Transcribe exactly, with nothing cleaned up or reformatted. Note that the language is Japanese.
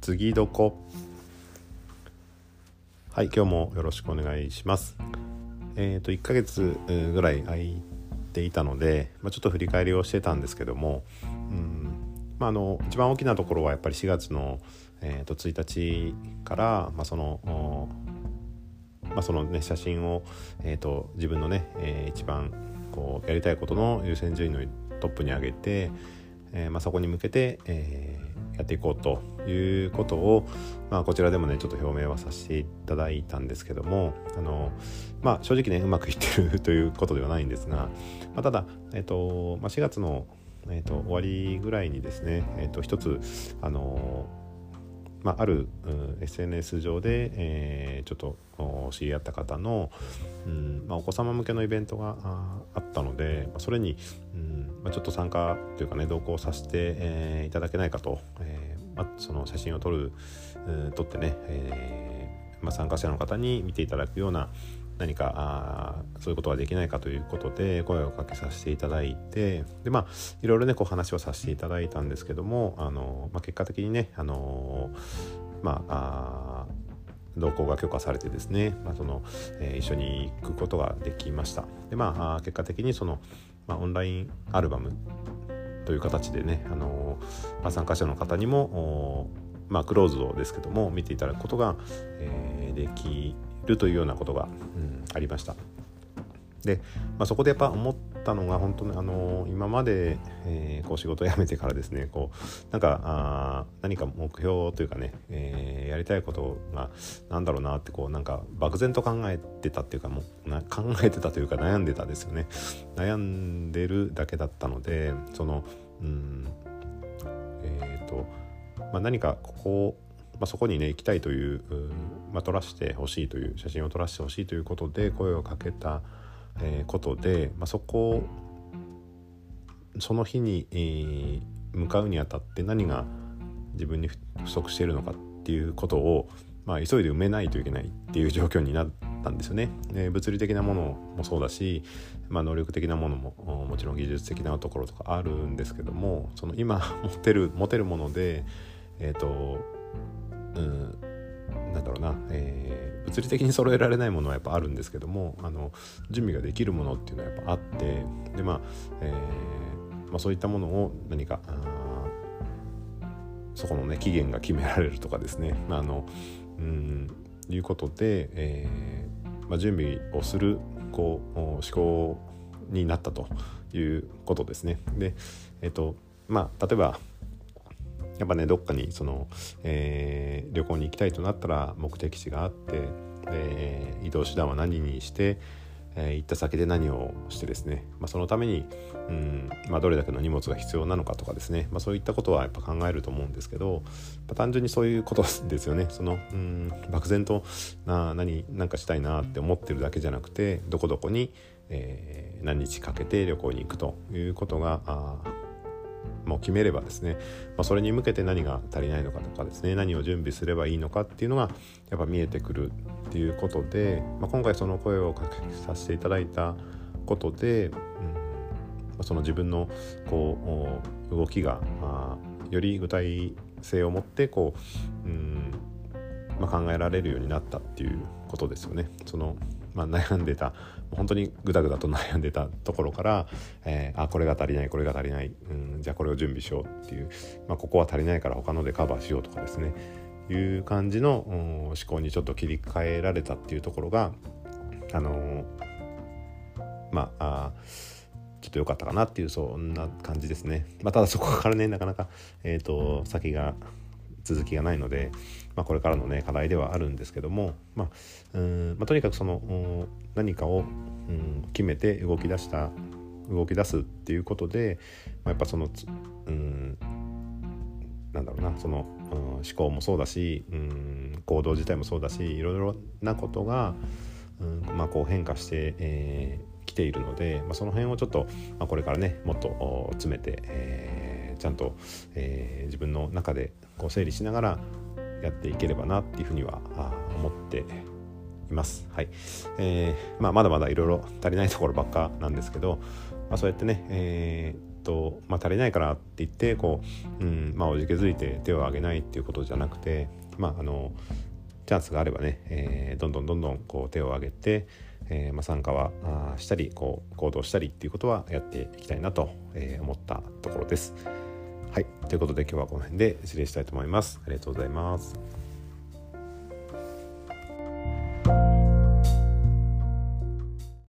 次どこ。はい、今日もよろしくお願いします。えっといっかげつぐらい空いていたので、まあ、ちょっと振り返りをしてたんですけども、うんまあ、あの一番大きなところはやっぱりしがつの、えー、とついたちから、まあ、そのまあそのね、写真を、えー、と自分のね、えー、一番こうやりたいことの優先順位のトップに上げて、えーまあ、そこに向けて、えーやっていこうということを、まあ、こちらでもねちょっと表明はさせていただいたんですけども、あの、まあ、正直ねうまくいってるということではないんですが、まあ、ただ、えーとまあ、しがつの、えーと終わりぐらいにですね、えーと一つあのまあ、ある、うん、エスエヌエス 上で、えー、ちょっと知り合った方の、うんまあ、お子様向けのイベントが あ, あったので、まあ、それに、うんまあ、ちょっと参加というかね同行させて、えー、いただけないかと、えーまあ、その写真を撮る、うん、撮ってね、えーまあ、参加者の方に見ていただくような何かあそういうことができないかということで声をかけさせていただいて、でまあいろいろねこう話をさせていただいたんですけども、あの、まあ、結果的にねあのまあ同行が許可されてですね、まあそのえー、一緒に行くことができました。でまあ結果的にその、まあ、オンラインアルバムという形でね、あのまあ、参加者の方にもまあクローズドですけども見ていただくことが、えー、できるというようなことが、うん、ありました。で、まあ、そこでやっぱ思ったのが本当にあの今まで、えー、こう仕事を辞めてからですねこうなんかあ何か目標というかね、えー、やりたいことがなんだろうなってこうなんか漠然と考えてたっていうかもうな考えてたというか悩んでたですよね。悩んでるだけだったのでそのうんえっ、ー、と、まあ、何かここまあ、そこにね行きたいという、まあ、撮らせてほしいという写真を撮らせてほしいということで声をかけた、えー、ことで、まあ、そこその日に、えー、向かうにあたって何が自分に不足しているのかっていうことを、まあ、急いで埋めないといけないっていう状況になったんですよね。で物理的なものもそうだし、まあ、能力的なものももちろん技術的なところとかあるんですけども、その今持てる持てるものでえっ、ー、とうん、なんだろうな、えー、物理的に揃えられないものはやっぱあるんですけども、あの準備ができるものっていうのはやっぱあって、でまあ、えーまあ、そういったものを何かそこのね期限が決められるとかですね、まあ、あのうんいうことで、えーまあ、準備をするこう思考になったということですね。で、えっとまあ例えばやっぱねどっかにその、えー、旅行に行きたいとなったら目的地があって、えー、移動手段は何にして、えー、行った先で何をしてですね、まあ、そのために、うんまあ、どれだけの荷物が必要なのかとかですね、まあ、そういったことはやっぱ考えると思うんですけど、まあ、単純にそういうことですよね。そのうん漠然とな何なんかしたいなって思ってるだけじゃなくてどこどこに、えー、何日かけて旅行に行くということがあもう決めればですね、まあ、それに向けて何が足りないのかとかですね何を準備すればいいのかっていうのがやっぱ見えてくるっていうことで、まあ、今回その声をかけさせていただいたことで、うんまあ、その自分のこう動きがあより具体性を持ってこう、うんまあ、考えられるようになったっていうことですよね。そのまあ、悩んでた本当にグダグダと悩んでたところから、えー、あこれが足りないこれが足りない、うん、じゃあこれを準備しようっていう、まあ、ここは足りないから他のでカバーしようとかですねいう感じの、うん、思考にちょっと切り替えられたっていうところがあのー、まああちょっと良かったかなっていうそんな感じですね。まあ、ただそこからねなかなか、えーと、先が続きがないので、まあ、これからのね課題ではあるんですけども、まあうんまあ、とにかくその何かを、うん、決めて動き出した動き出すっていうことで、まあ、やっぱその、うん、なんだろうなその、うん、思考もそうだし、うん、行動自体もそうだしいろいろなことが、うんまあ、こう変化して、えー、きているので、まあ、その辺をちょっと、まあ、これからねもっと詰めて、えー、ちゃんと、えー、自分の中でこう整理しながらやっていければなっていうふうには思っています。はいえーまあ、まだまだいろいろ足りないところばっかなんですけど、まあ、そうやってね、えとまあ、足りないからって言ってこう、うんまあ、おじけづいて手を挙げないっていうことじゃなくて、まあ、あのチャンスがあればね、えー、どんどんどんどんこう手を挙げて、えーまあ、参加はあしたりこう行動したりっていうことはやっていきたいなと、えー、思ったところです。はい、ということで今日はこの辺で失礼したいと思います。ありがとうございます。